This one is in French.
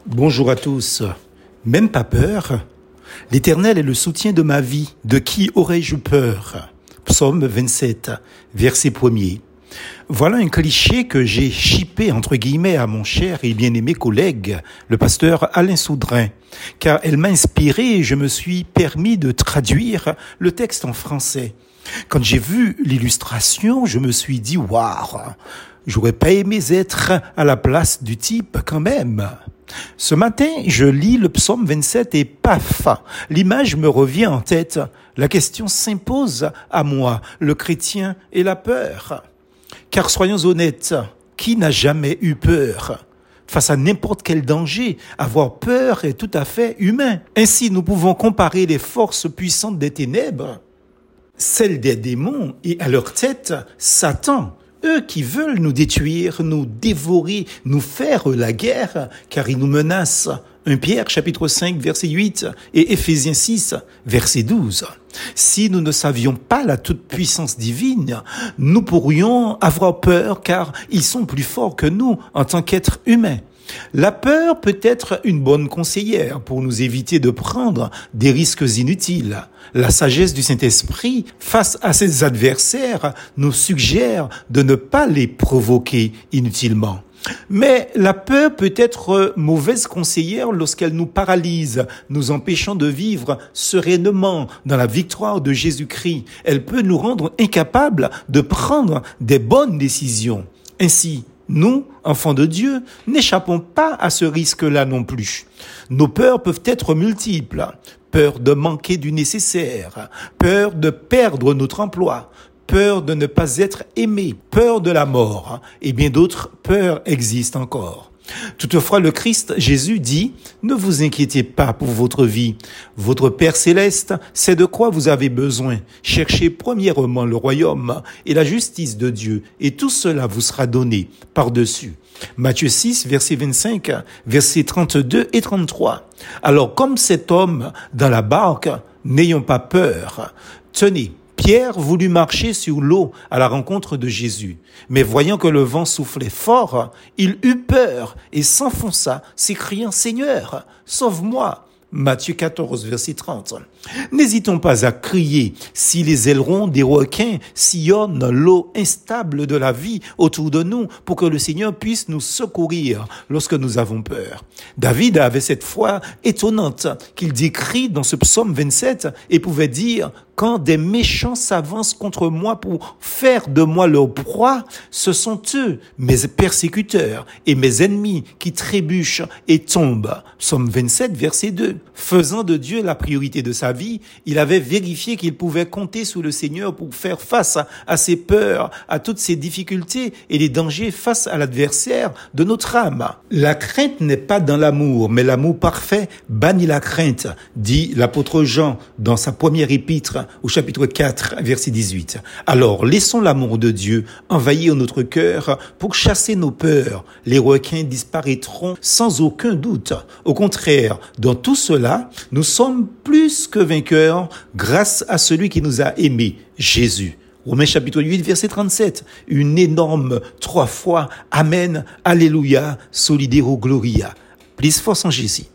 Bonjour à tous. Même pas peur? L'Éternel est le soutien de ma vie. De qui aurais-je peur? Psaume 27, verset 1er. Voilà un cliché que j'ai chippé entre guillemets à mon cher et bien-aimé collègue, le pasteur Alain Soudrin, car elle m'a inspiré et je me suis permis de traduire le texte en français. Quand j'ai vu l'illustration, je me suis dit, waouh, j'aurais pas aimé être à la place du type quand même. Ce matin, je lis le psaume 27 et paf, l'image me revient en tête. La question s'impose à moi, le chrétien et la peur. Car soyons honnêtes, qui n'a jamais eu peur? Face à n'importe quel danger, avoir peur est tout à fait humain. Ainsi, nous pouvons comparer les forces puissantes des ténèbres, celles des démons et à leur tête, Satan. Eux qui veulent nous détruire, nous dévorer, nous faire la guerre, car ils nous menacent. 1 Pierre chapitre 5 verset 8 et Éphésiens 6 verset 12. Si nous ne savions pas la toute-puissance divine, nous pourrions avoir peur car ils sont plus forts que nous en tant qu'êtres humains. La peur peut être une bonne conseillère pour nous éviter de prendre des risques inutiles. La sagesse du Saint-Esprit face à ses adversaires nous suggère de ne pas les provoquer inutilement. Mais la peur peut être mauvaise conseillère lorsqu'elle nous paralyse, nous empêchant de vivre sereinement dans la victoire de Jésus-Christ. Elle peut nous rendre incapables de prendre des bonnes décisions. Ainsi, nous, enfants de Dieu, n'échappons pas à ce risque-là non plus. Nos peurs peuvent être multiples. Peur de manquer du nécessaire, peur de perdre notre emploi, peur de ne pas être aimé, peur de la mort, et bien d'autres peurs existent encore. Toutefois, le Christ Jésus dit, ne vous inquiétez pas pour votre vie. Votre Père céleste sait de quoi vous avez besoin. Cherchez premièrement le royaume et la justice de Dieu, et tout cela vous sera donné par-dessus. Matthieu 6, verset 25, versets 32 et 33. Alors, comme cet homme dans la barque, n'ayons pas peur. Tenez, Pierre voulut marcher sur l'eau à la rencontre de Jésus. Mais voyant que le vent soufflait fort, il eut peur et s'enfonça, s'écriant « Seigneur, sauve-moi !» Matthieu 14, verset 30. N'hésitons pas à crier si les ailerons des requins sillonnent l'eau instable de la vie autour de nous pour que le Seigneur puisse nous secourir lorsque nous avons peur. David avait cette foi étonnante qu'il décrit dans ce psaume 27 et pouvait dire « Quand des méchants s'avancent contre moi pour faire de moi leur proie, ce sont eux, mes persécuteurs et mes ennemis qui trébuchent et tombent. » Psaume 27, verset 2. Faisant de Dieu la priorité de sa vie, il avait vérifié qu'il pouvait compter sur le Seigneur pour faire face à ses peurs, à toutes ses difficultés et les dangers face à l'adversaire de notre âme. La crainte n'est pas dans l'amour, mais l'amour parfait bannit la crainte, dit l'apôtre Jean dans sa première épître au chapitre 4, verset 18. Alors, laissons l'amour de Dieu envahir notre cœur pour chasser nos peurs. Les requins disparaîtront sans aucun doute. Au contraire, dans tout cela, nous sommes plus que vainqueurs grâce à celui qui nous a aimés, Jésus. Romains chapitre 8, verset 37. Une énorme 3 fois Amen, Alléluia, Solidero Gloria. Plus force en Jésus.